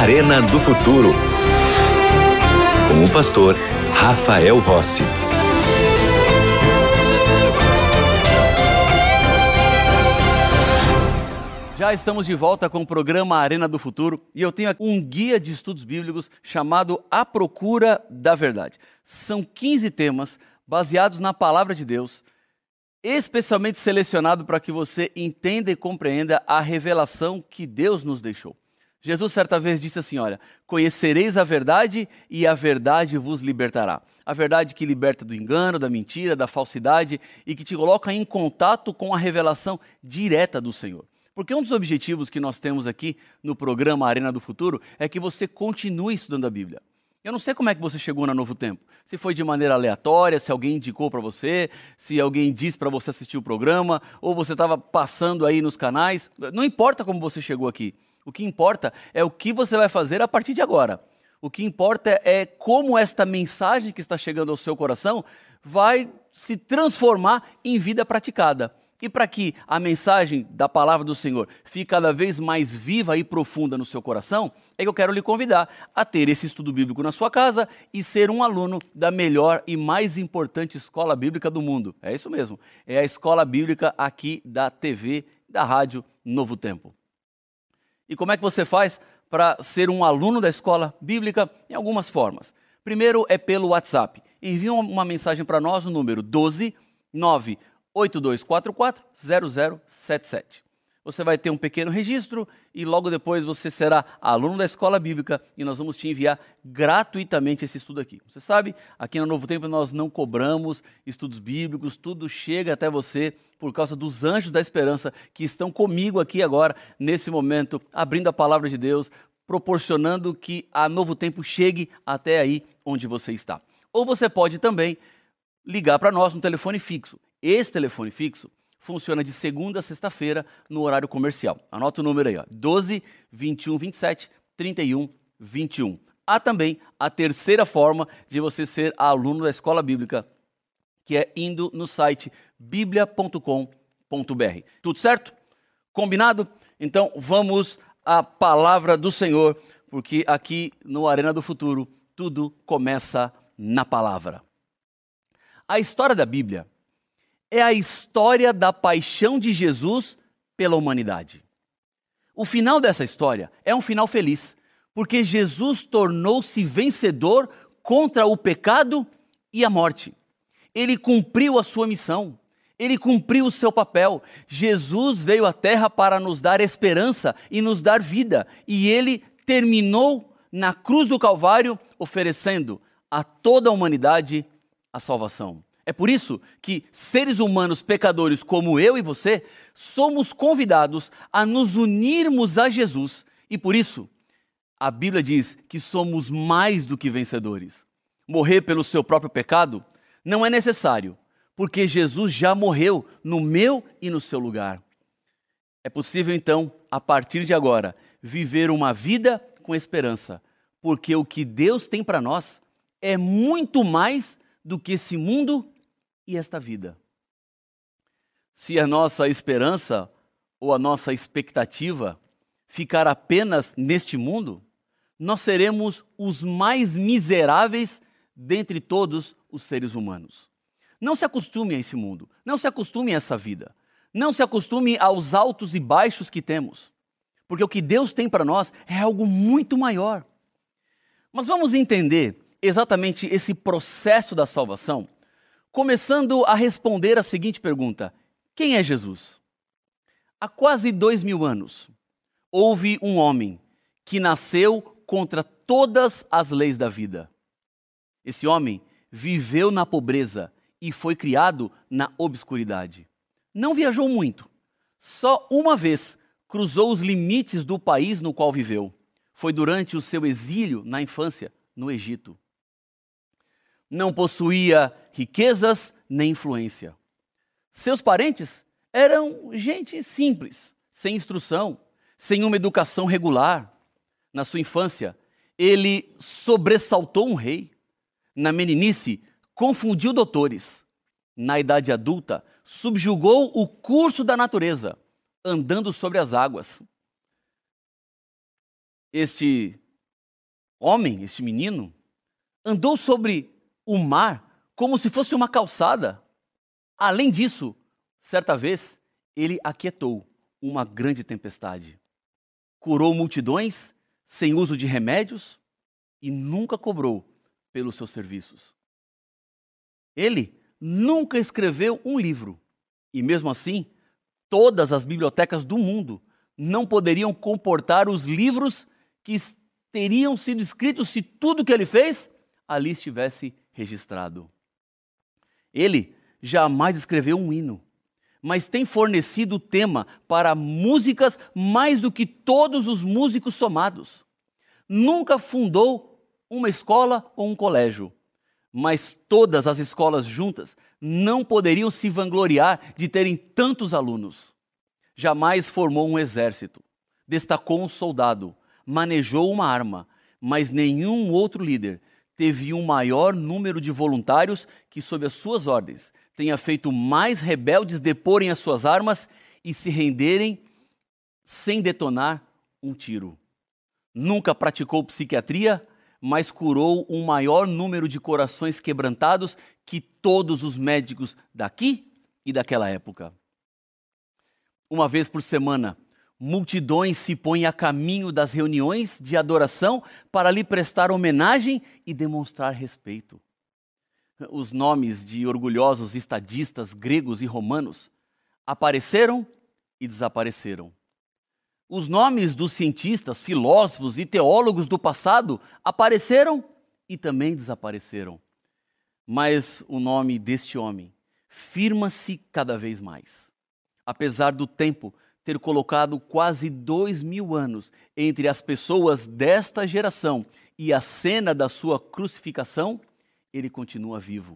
Arena do Futuro, com o pastor Rafael Rossi. Já estamos de volta com o programa Arena do Futuro e eu tenho aqui um guia de estudos bíblicos chamado A Procura da Verdade. São 15 temas baseados na Palavra de Deus, especialmente selecionado para que você entenda e compreenda a revelação que Deus nos deixou. Jesus certa vez disse assim, olha, conhecereis a verdade e a verdade vos libertará. A verdade que liberta do engano, da mentira, da falsidade e que te coloca em contato com a revelação direta do Senhor. Porque um dos objetivos que nós temos aqui no programa Arena do Futuro é que você continue estudando a Bíblia. Eu não sei como é que você chegou na Novo Tempo. Se foi de maneira aleatória, se alguém indicou para você, se alguém disse para você assistir o programa, ou você estava passando aí nos canais. Não importa como você chegou aqui. O que importa é o que você vai fazer a partir de agora. O que importa é como esta mensagem que está chegando ao seu coração vai se transformar em vida praticada. E para que a mensagem da palavra do Senhor fique cada vez mais viva e profunda no seu coração, é que eu quero lhe convidar a ter esse estudo bíblico na sua casa e ser um aluno da melhor e mais importante escola bíblica do mundo. É isso mesmo, é a escola bíblica aqui da TV, da rádio Novo Tempo. E como é que você faz para ser um aluno da escola bíblica? Em algumas formas. Primeiro é pelo WhatsApp. Envie uma mensagem para nós no número 12982440077. Você vai ter um pequeno registro e logo depois você será aluno da escola bíblica e nós vamos te enviar gratuitamente esse estudo aqui. Você sabe, aqui no Novo Tempo nós não cobramos estudos bíblicos, tudo chega até você por causa dos anjos da esperança que estão comigo aqui agora, nesse momento, abrindo a palavra de Deus, proporcionando que a Novo Tempo chegue até aí onde você está. Ou você pode também ligar para nós no telefone fixo. Esse telefone fixo funciona de segunda a sexta-feira no horário comercial. Anota o número aí, ó, 12 21 27 31 21. Há também a terceira forma de você ser aluno da escola bíblica, que é indo no site biblia.com.br. Tudo certo? Combinado? Então vamos à palavra do Senhor, porque aqui no Arena do Futuro tudo começa na palavra. A história da Bíblia é a história da paixão de Jesus pela humanidade. O final dessa história é um final feliz, porque Jesus tornou-se vencedor contra o pecado e a morte. Ele cumpriu a sua missão, ele cumpriu o seu papel. Jesus veio à terra para nos dar esperança e nos dar vida, e ele terminou na cruz do Calvário, oferecendo a toda a humanidade a salvação. É por isso que seres humanos pecadores como eu e você, somos convidados a nos unirmos a Jesus. E por isso, a Bíblia diz que somos mais do que vencedores. Morrer pelo seu próprio pecado não é necessário, porque Jesus já morreu no meu e no seu lugar. É possível então, a partir de agora, viver uma vida com esperança, porque o que Deus tem para nós é muito mais do que esse mundo e esta vida. Se a nossa esperança ou a nossa expectativa ficar apenas neste mundo, nós seremos os mais miseráveis dentre todos os seres humanos. Não se acostume a esse mundo, não se acostume a essa vida, não se acostume aos altos e baixos que temos, porque o que Deus tem para nós é algo muito maior. Mas vamos entender exatamente esse processo da salvação, começando a responder a seguinte pergunta: quem é Jesus? Há quase 2000 anos, houve um homem que nasceu contra todas as leis da vida. Esse homem viveu na pobreza e foi criado na obscuridade. Não viajou muito, só uma vez cruzou os limites do país no qual viveu. Foi durante o seu exílio na infância, no Egito. Não possuía riquezas nem influência. Seus parentes eram gente simples, sem instrução, sem uma educação regular. Na sua infância, ele sobressaltou um rei. Na meninice, confundiu doutores. Na idade adulta, subjugou o curso da natureza, andando sobre as águas. Este homem, este menino, andou sobre o mar como se fosse uma calçada. Além disso, certa vez, ele aquietou uma grande tempestade. Curou multidões sem uso de remédios e nunca cobrou pelos seus serviços. Ele nunca escreveu um livro e, mesmo assim, todas as bibliotecas do mundo não poderiam comportar os livros que teriam sido escritos se tudo que ele fez ali estivesse registrado. Ele jamais escreveu um hino, mas tem fornecido o tema para músicas mais do que todos os músicos somados. Nunca fundou uma escola ou um colégio, mas todas as escolas juntas não poderiam se vangloriar de terem tantos alunos. Jamais formou um exército, destacou um soldado, manejou uma arma, mas nenhum outro líder teve um maior número de voluntários que, sob as suas ordens, tenha feito mais rebeldes deporem as suas armas e se renderem sem detonar um tiro. Nunca praticou psiquiatria, mas curou um maior número de corações quebrantados que todos os médicos daqui e daquela época. Uma vez por semana, multidões se põem a caminho das reuniões de adoração para lhe prestar homenagem e demonstrar respeito. Os nomes de orgulhosos estadistas gregos e romanos apareceram e desapareceram. Os nomes dos cientistas, filósofos e teólogos do passado apareceram e também desapareceram. Mas o nome deste homem firma-se cada vez mais. Apesar do tempo ter colocado quase 2000 anos entre as pessoas desta geração e a cena da sua crucificação, ele continua vivo.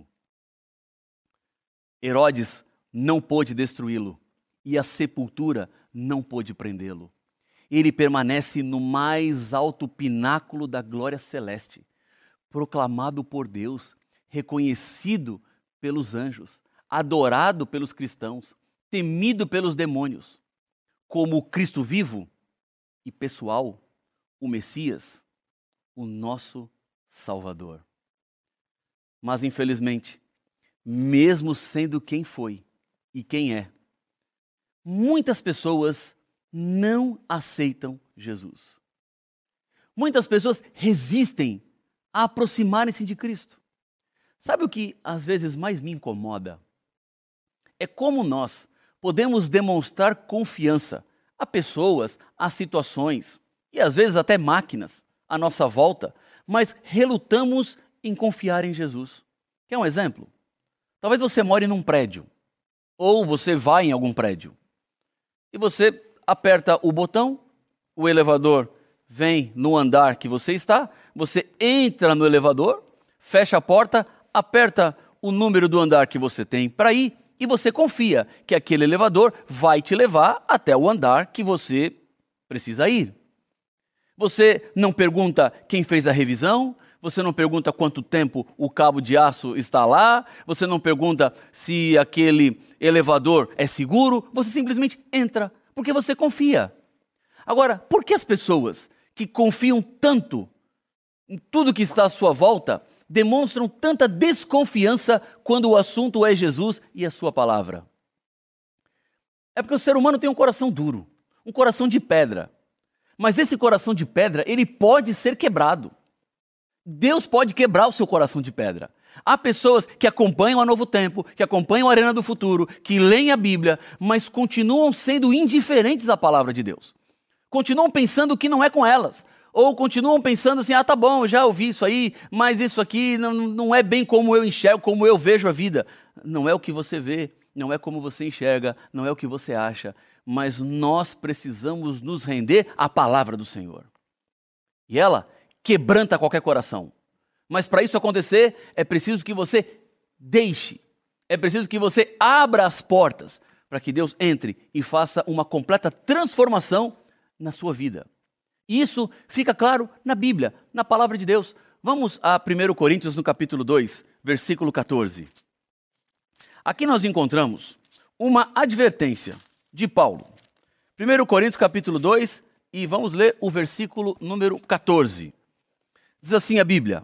Herodes não pôde destruí-lo e a sepultura não pôde prendê-lo. Ele permanece no mais alto pináculo da glória celeste, proclamado por Deus, reconhecido pelos anjos, adorado pelos cristãos, temido pelos demônios, como o Cristo vivo e pessoal, o Messias, o nosso Salvador. Mas, infelizmente, mesmo sendo quem foi e quem é, muitas pessoas não aceitam Jesus. Muitas pessoas resistem a aproximarem-se de Cristo. Sabe o que às vezes mais me incomoda? É como nós podemos demonstrar confiança a pessoas, a situações e às vezes até máquinas à nossa volta, mas relutamos em confiar em Jesus. Quer um exemplo? Talvez você more num prédio ou você vá em algum prédio e você aperta o botão, o elevador vem no andar que você está, você entra no elevador, fecha a porta, aperta o número do andar que você tem para ir e você confia que aquele elevador vai te levar até o andar que você precisa ir. Você não pergunta quem fez a revisão, você não pergunta quanto tempo o cabo de aço está lá, você não pergunta se aquele elevador é seguro, você simplesmente entra, porque você confia. Agora, por que as pessoas que confiam tanto em tudo que está à sua volta demonstram tanta desconfiança quando o assunto é Jesus e a sua palavra? É porque o ser humano tem um coração duro, um coração de pedra. Mas esse coração de pedra, ele pode ser quebrado. Deus pode quebrar o seu coração de pedra. Há pessoas que acompanham a Novo Tempo, que acompanham a Arena do Futuro, que leem a Bíblia, mas continuam sendo indiferentes à palavra de Deus. Continuam pensando que não é com elas. Ou continuam pensando assim, tá bom, já ouvi isso aí, mas isso aqui não é bem como eu enxergo, como eu vejo a vida. Não é o que você vê, não é como você enxerga, não é o que você acha, mas nós precisamos nos render à palavra do Senhor. E ela quebranta qualquer coração. Mas para isso acontecer, é preciso que você deixe, é preciso que você abra as portas para que Deus entre e faça uma completa transformação na sua vida. E isso fica claro na Bíblia, na palavra de Deus. Vamos a 1 Coríntios, no capítulo 2, versículo 14. Aqui nós encontramos uma advertência de Paulo. 1 Coríntios, capítulo 2, e vamos ler o versículo número 14. Diz assim a Bíblia: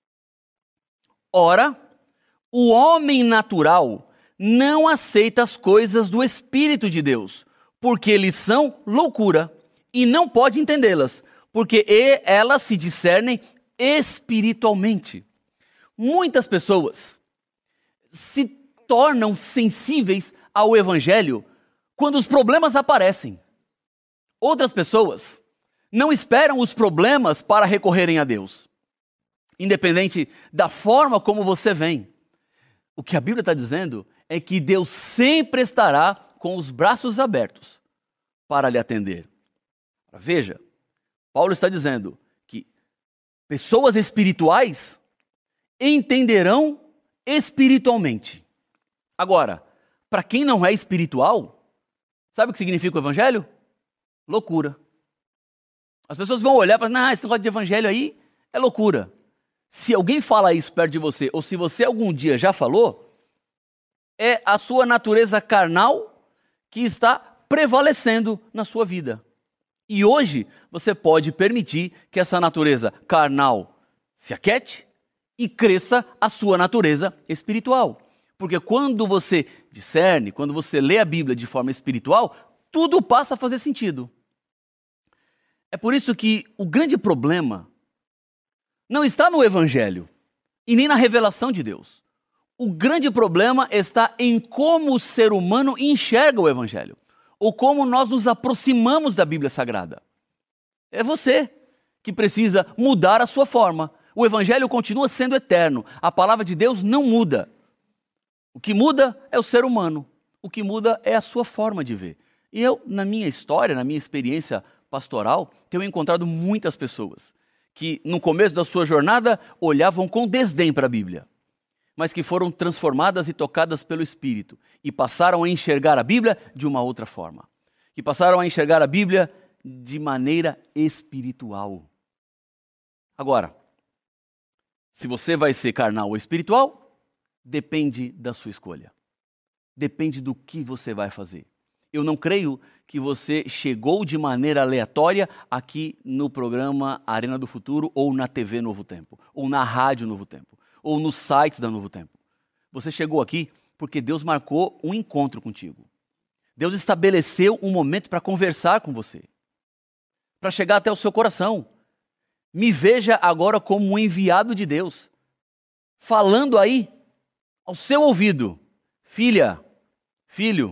ora, o homem natural não aceita as coisas do Espírito de Deus, porque eles são loucura, e não pode entendê-las, porque elas se discernem espiritualmente. Muitas pessoas se tornam sensíveis ao Evangelho quando os problemas aparecem. Outras pessoas não esperam os problemas para recorrerem a Deus, independente da forma como você vem. O que a Bíblia está dizendo é que Deus sempre estará com os braços abertos para lhe atender. Veja, Paulo está dizendo que pessoas espirituais entenderão espiritualmente. Agora, para quem não é espiritual, sabe o que significa o Evangelho? Loucura. As pessoas vão olhar e falar, esse negócio de Evangelho aí é loucura. Se alguém fala isso perto de você, ou se você algum dia já falou, é a sua natureza carnal que está prevalecendo na sua vida. E hoje você pode permitir que essa natureza carnal se aquiete e cresça a sua natureza espiritual. Porque quando você discerne, quando você lê a Bíblia de forma espiritual, tudo passa a fazer sentido. É por isso que o grande problema não está no Evangelho e nem na revelação de Deus. O grande problema está em como o ser humano enxerga o Evangelho, ou como nós nos aproximamos da Bíblia Sagrada. É você que precisa mudar a sua forma. O Evangelho continua sendo eterno. A palavra de Deus não muda. O que muda é o ser humano. O que muda é a sua forma de ver. E eu, na minha história, na minha experiência pastoral, tenho encontrado muitas pessoas que, no começo da sua jornada, olhavam com desdém para a Bíblia, mas que foram transformadas e tocadas pelo Espírito e passaram a enxergar a Bíblia de uma outra forma. Que passaram a enxergar a Bíblia de maneira espiritual. Agora, se você vai ser carnal ou espiritual, depende da sua escolha. Depende do que você vai fazer. Eu não creio que você chegou de maneira aleatória aqui no programa Arena do Futuro, ou na TV Novo Tempo, ou na Rádio Novo Tempo, ou nos sites da Novo Tempo. Você chegou aqui porque Deus marcou um encontro contigo. Deus estabeleceu um momento para conversar com você, para chegar até o seu coração. Me veja agora como um enviado de Deus, falando aí ao seu ouvido: filha, filho,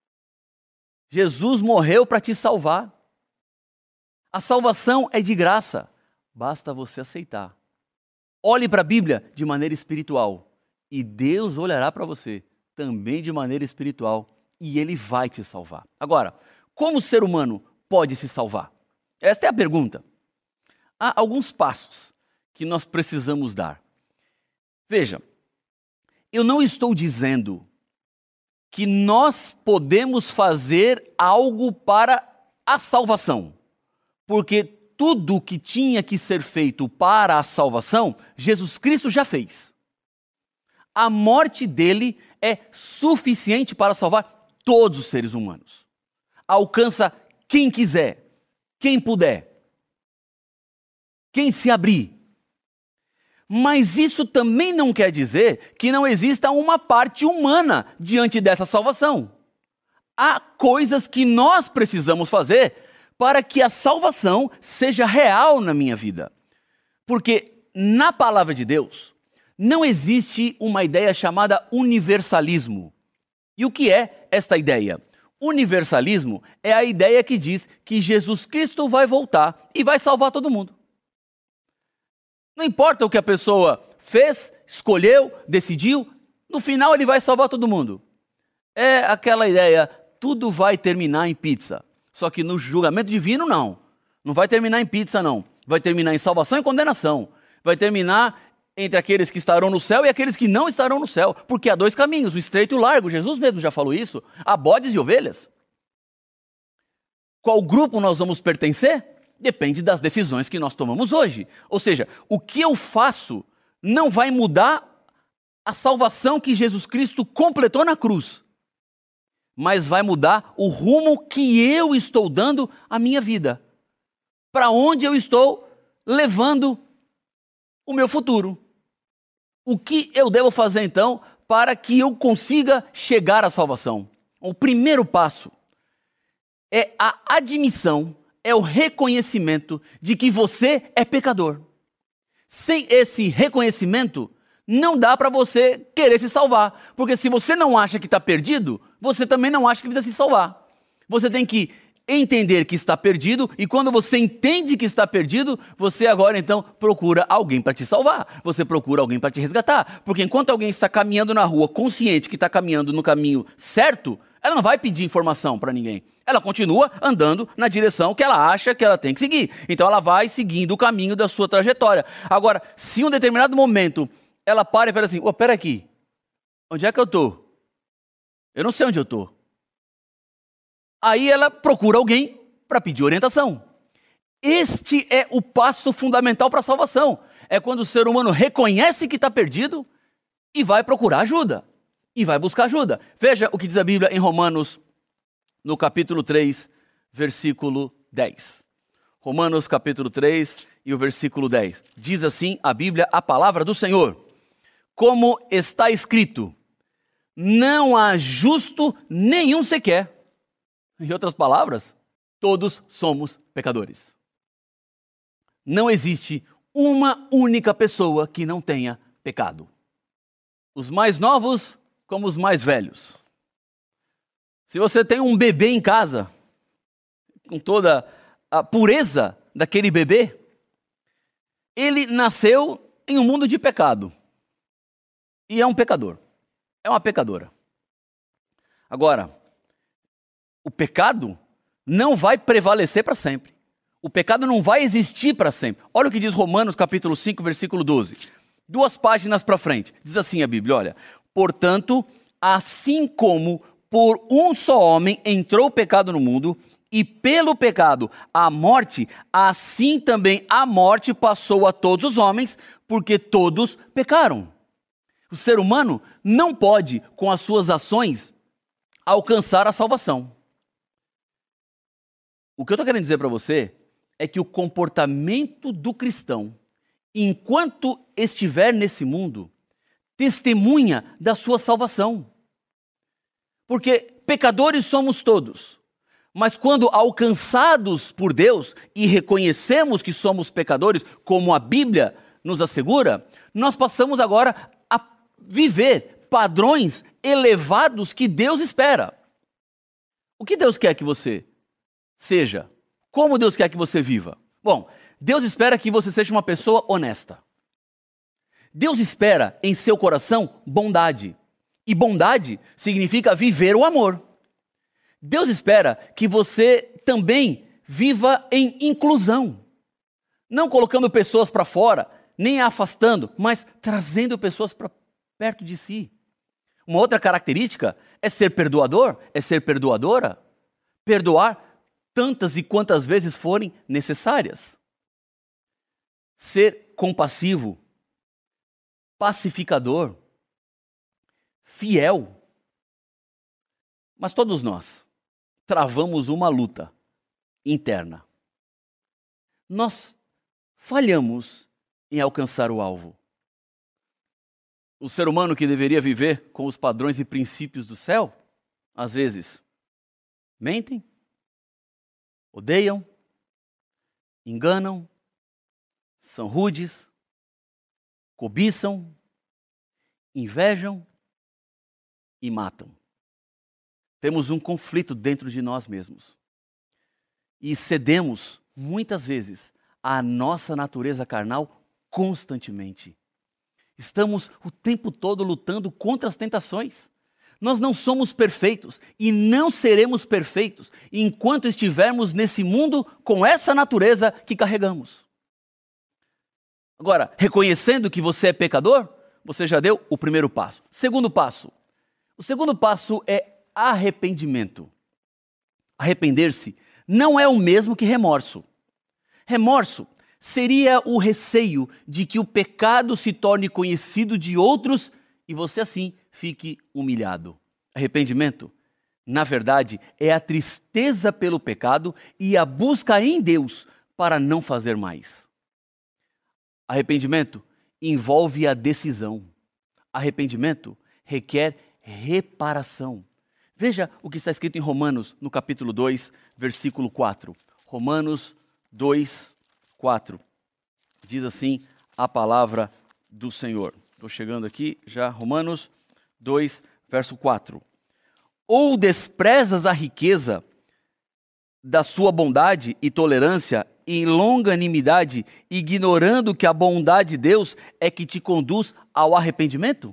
Jesus morreu para te salvar. A salvação é de graça, basta você aceitar. Olhe para a Bíblia de maneira espiritual e Deus olhará para você também de maneira espiritual e Ele vai te salvar. Agora, como o ser humano pode se salvar? Esta é a pergunta. Há alguns passos que nós precisamos dar. Veja, eu não estou dizendo que nós podemos fazer algo para a salvação, porque tudo o que tinha que ser feito para a salvação, Jesus Cristo já fez. A morte dele é suficiente para salvar todos os seres humanos. Alcança quem quiser, quem puder, quem se abrir. Mas isso também não quer dizer que não exista uma parte humana diante dessa salvação. Há coisas que nós precisamos fazer para que a salvação seja real na minha vida. Porque na palavra de Deus não existe uma ideia chamada universalismo. E o que é esta ideia? Universalismo é a ideia que diz que Jesus Cristo vai voltar e vai salvar todo mundo. Não importa o que a pessoa fez, escolheu, decidiu, no final ele vai salvar todo mundo. É aquela ideia, tudo vai terminar em pizza. Só que no julgamento divino, não. Não vai terminar em pizza, não. Vai terminar em salvação e condenação. Vai terminar entre aqueles que estarão no céu e aqueles que não estarão no céu. Porque há dois caminhos, o estreito e o largo. Jesus mesmo já falou isso. Há bodes e ovelhas. Qual grupo nós vamos pertencer? Depende das decisões que nós tomamos hoje. Ou seja, o que eu faço não vai mudar a salvação que Jesus Cristo completou na cruz, mas vai mudar o rumo que eu estou dando à minha vida. Para onde eu estou levando o meu futuro. O que eu devo fazer então para que eu consiga chegar à salvação? O primeiro passo é a admissão, é o reconhecimento de que você é pecador. Sem esse reconhecimento, não dá para você querer se salvar. Porque se você não acha que está perdido, você também não acha que precisa se salvar. Você tem que entender que está perdido, e quando você entende que está perdido, você agora então procura alguém para te salvar. Você procura alguém para te resgatar. Porque enquanto alguém está caminhando na rua, consciente que está caminhando no caminho certo, ela não vai pedir informação para ninguém. Ela continua andando na direção que ela acha que ela tem que seguir. Então ela vai seguindo o caminho da sua trajetória. Agora, se em um determinado momento ela para e fala assim, pera aqui, onde é que eu estou? Eu não sei onde eu estou. Aí ela procura alguém para pedir orientação. Este é o passo fundamental para a salvação. É quando o ser humano reconhece que está perdido e vai procurar ajuda. E vai buscar ajuda. Veja o que diz a Bíblia em Romanos, no capítulo 3, versículo 10. Romanos capítulo 3 e o versículo 10. Diz assim a Bíblia, a palavra do Senhor. Como está escrito, não há justo nenhum sequer. Em outras palavras, todos somos pecadores. Não existe uma única pessoa que não tenha pecado. Os mais novos como os mais velhos. Se você tem um bebê em casa, com toda a pureza daquele bebê, ele nasceu em um mundo de pecado. E é um pecador. É uma pecadora. Agora, o pecado não vai prevalecer para sempre. O pecado não vai existir para sempre. Olha o que diz Romanos capítulo 5, versículo 12. 2 páginas para frente. Diz assim a Bíblia, olha. Portanto, assim como por um só homem entrou o pecado no mundo, e pelo pecado a morte, assim também a morte passou a todos os homens, porque todos pecaram. O ser humano não pode, com as suas ações, alcançar a salvação. O que eu estou querendo dizer para você é que o comportamento do cristão, enquanto estiver nesse mundo, testemunha da sua salvação. Porque pecadores somos todos, mas quando alcançados por Deus e reconhecemos que somos pecadores, como a Bíblia nos assegura, nós passamos agora a viver padrões elevados que Deus espera. O que Deus quer que você seja? Como Deus quer que você viva? Bom, Deus espera que você seja uma pessoa honesta. Deus espera em seu coração bondade. E bondade significa viver o amor. Deus espera que você também viva em inclusão. Não colocando pessoas para fora, nem afastando, mas trazendo pessoas para perto de si. Uma outra característica é ser perdoador, é ser perdoadora. Perdoar tantas e quantas vezes forem necessárias. Ser compassivo, pacificador, fiel. Mas todos nós travamos uma luta interna. Nós falhamos em alcançar o alvo. O ser humano que deveria viver com os padrões e princípios do céu, às vezes, mentem, odeiam, enganam, são rudes, cobiçam, invejam e matam. Temos um conflito dentro de nós mesmos. E cedemos, muitas vezes, à nossa natureza carnal constantemente. Estamos o tempo todo lutando contra as tentações. Nós não somos perfeitos e não seremos perfeitos enquanto estivermos nesse mundo com essa natureza que carregamos. Agora, reconhecendo que você é pecador, você já deu o primeiro passo. Segundo passo. O segundo passo é arrependimento. Arrepender-se não é o mesmo que remorso. Remorso seria o receio de que o pecado se torne conhecido de outros e você assim fique humilhado. Arrependimento, na verdade, é a tristeza pelo pecado e a busca em Deus para não fazer mais. Arrependimento envolve a decisão. Arrependimento requer reparação. Veja o que está escrito em Romanos, no capítulo 2, versículo 4. Romanos 2, 4. Diz assim a palavra do Senhor. Estou chegando aqui já, Romanos 2, verso 4. Ou desprezas a riqueza da sua bondade e tolerância e longanimidade, ignorando que a bondade de Deus é que te conduz ao arrependimento?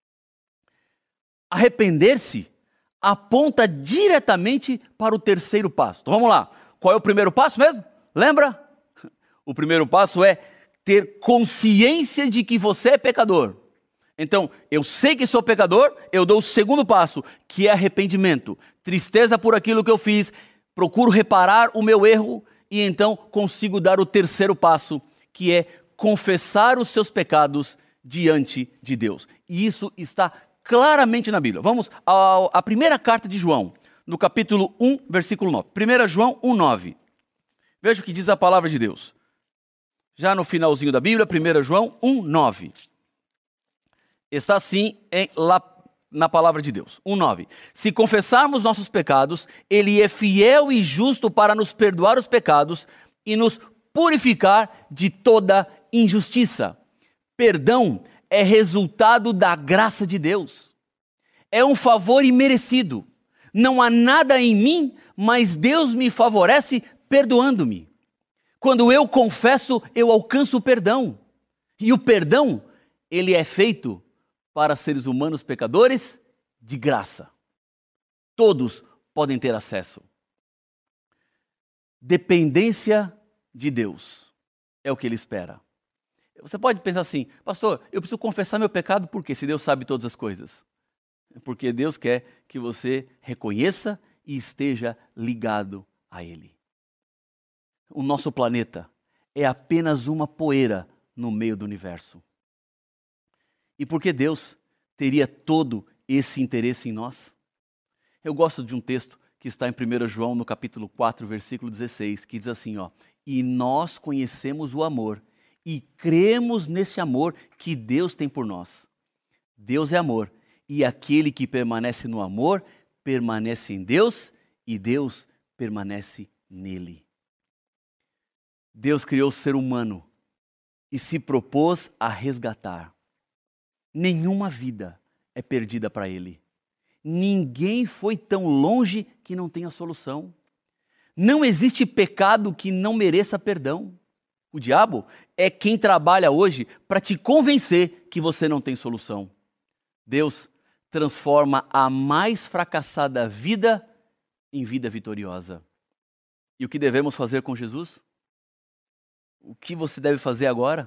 Arrepender-se aponta diretamente para o terceiro passo. Então vamos lá. Qual é o primeiro passo mesmo? Lembra? O primeiro passo é ter consciência de que você é pecador. Então, eu sei que sou pecador, eu dou o segundo passo, que é arrependimento. Tristeza por aquilo que eu fiz, procuro reparar o meu erro e então consigo dar o terceiro passo, que é confessar os seus pecados diante de Deus. E isso está claramente na Bíblia. Vamos à primeira carta de João, no capítulo 1, versículo 9. 1 João 1, 9. Veja o que diz a palavra de Deus. Já no finalzinho da Bíblia, 1 João 1, 9. Está assim lá na palavra de Deus. 1, 9. Se confessarmos nossos pecados, Ele é fiel e justo para nos perdoar os pecados e nos purificar de toda injustiça. Perdão é resultado da graça de Deus. É um favor imerecido. Não há nada em mim, mas Deus me favorece perdoando-me. Quando eu confesso, eu alcanço o perdão. E o perdão, ele é feito para seres humanos pecadores de graça. Todos podem ter acesso. Dependência de Deus é o que Ele espera. Você pode pensar assim, pastor, eu preciso confessar meu pecado por quê? Se Deus sabe todas as coisas. Porque Deus quer que você reconheça e esteja ligado a Ele. O nosso planeta é apenas uma poeira no meio do universo. E por que Deus teria todo esse interesse em nós? Eu gosto de um texto que está em 1 João, no capítulo 4, versículo 16, que diz assim, e nós conhecemos o amor e cremos nesse amor que Deus tem por nós. Deus é amor, e aquele que permanece no amor, permanece em Deus, e Deus permanece nele. Deus criou o ser humano e se propôs a resgatar. Nenhuma vida é perdida para Ele. Ninguém foi tão longe que não tenha solução. Não existe pecado que não mereça perdão. O diabo é quem trabalha hoje para te convencer que você não tem solução. Deus transforma a mais fracassada vida em vida vitoriosa. E o que devemos fazer com Jesus? O que você deve fazer agora?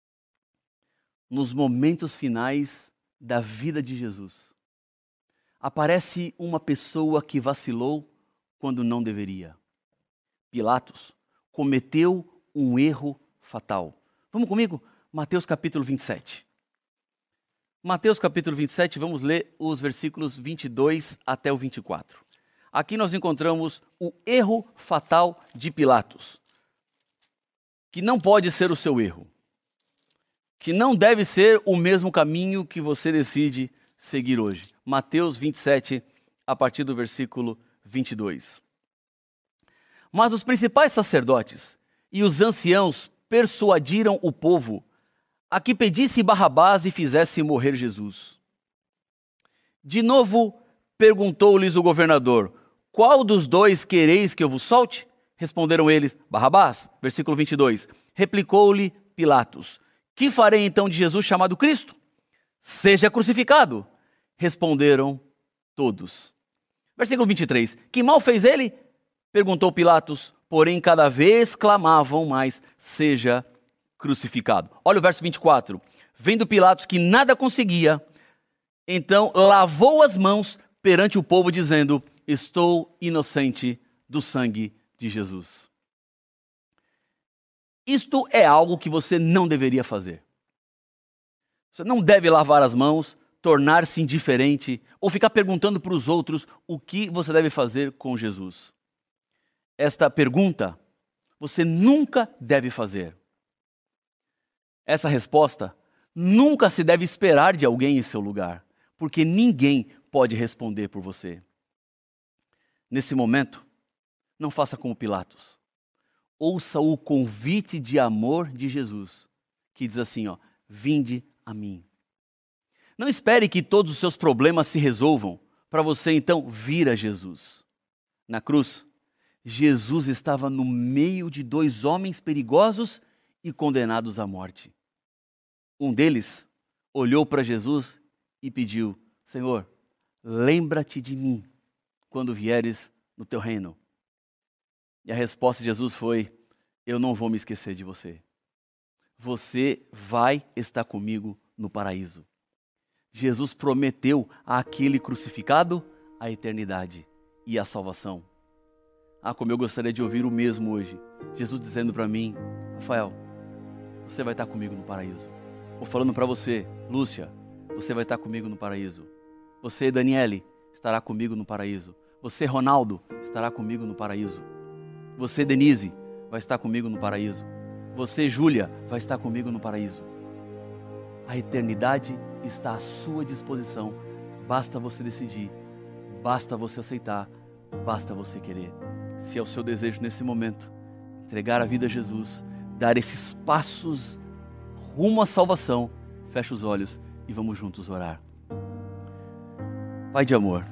Nos momentos finais da vida de Jesus, aparece uma pessoa que vacilou quando não deveria. Pilatos cometeu um erro fatal. Vamos comigo? Mateus capítulo 27. Mateus capítulo 27, vamos ler os versículos 22 até o 24. Aqui nós encontramos o erro fatal de Pilatos, que não pode ser o seu erro, que não deve ser o mesmo caminho que você decide seguir hoje. Mateus 27, a partir do versículo 22. Mas os principais sacerdotes e os anciãos persuadiram o povo a que pedisse Barrabás e fizesse morrer Jesus. De novo, perguntou-lhes o governador, qual dos dois quereis que eu vos solte? Responderam eles, Barrabás. Versículo 22. Replicou-lhe Pilatos, que farei então de Jesus chamado Cristo? Seja crucificado. Responderam todos. Versículo 23. Que mal fez ele? Perguntou Pilatos, porém cada vez clamavam mais, seja crucificado. Olha o verso 24. Vendo Pilatos que nada conseguia, então lavou as mãos perante o povo, dizendo, estou inocente do sangue de Jesus. Isto é algo que você não deveria fazer. Você não deve lavar as mãos, tornar-se indiferente ou ficar perguntando para os outros o que você deve fazer com Jesus. Esta pergunta você nunca deve fazer. Essa resposta Nunca se deve esperar de alguém em seu lugar, porque ninguém pode responder por você. Nesse momento, não faça como Pilatos. Ouça o convite de amor de Jesus, que diz assim, vinde a mim. Não espere que todos os seus problemas se resolvam, para você então vir a Jesus. Na cruz, Jesus estava no meio de 2 homens perigosos e condenados à morte. Um deles olhou para Jesus e pediu, Senhor, lembra-te de mim quando vieres no teu reino. E a resposta de Jesus foi, eu não vou me esquecer de você. Você vai estar comigo no paraíso. Jesus prometeu àquele crucificado a eternidade e a salvação. Como eu gostaria de ouvir o mesmo hoje. Jesus dizendo para mim, Rafael, você vai estar comigo no paraíso. Ou falando para você, Lúcia, você vai estar comigo no paraíso. Você, Daniele, estará comigo no paraíso. Você, Ronaldo, estará comigo no paraíso. Você, Denise, vai estar comigo no paraíso. Você, Júlia, vai estar comigo no paraíso. A eternidade está à sua disposição. Basta você decidir. Basta você aceitar. Basta você querer. Se é o seu desejo nesse momento, entregar a vida a Jesus, dar esses passos rumo à salvação, feche os olhos e vamos juntos orar. Pai de amor,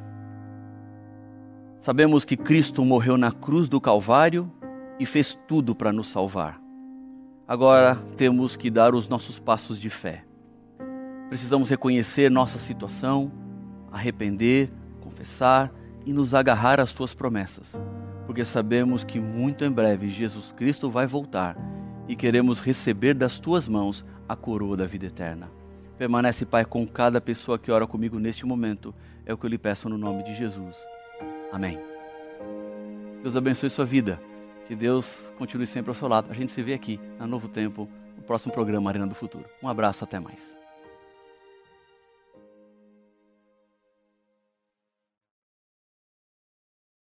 sabemos que Cristo morreu na cruz do Calvário e fez tudo para nos salvar. Agora temos que dar os nossos passos de fé. Precisamos reconhecer nossa situação, arrepender, confessar e nos agarrar às tuas promessas, porque sabemos que muito em breve Jesus Cristo vai voltar e queremos receber das tuas mãos a coroa da vida eterna. Permanece, Pai, com cada pessoa que ora comigo neste momento, é o que eu lhe peço no nome de Jesus. Amém. Deus abençoe sua vida, que Deus continue sempre ao seu lado. A gente se vê aqui na Novo Tempo, no próximo programa Arena do Futuro. Um abraço, até mais.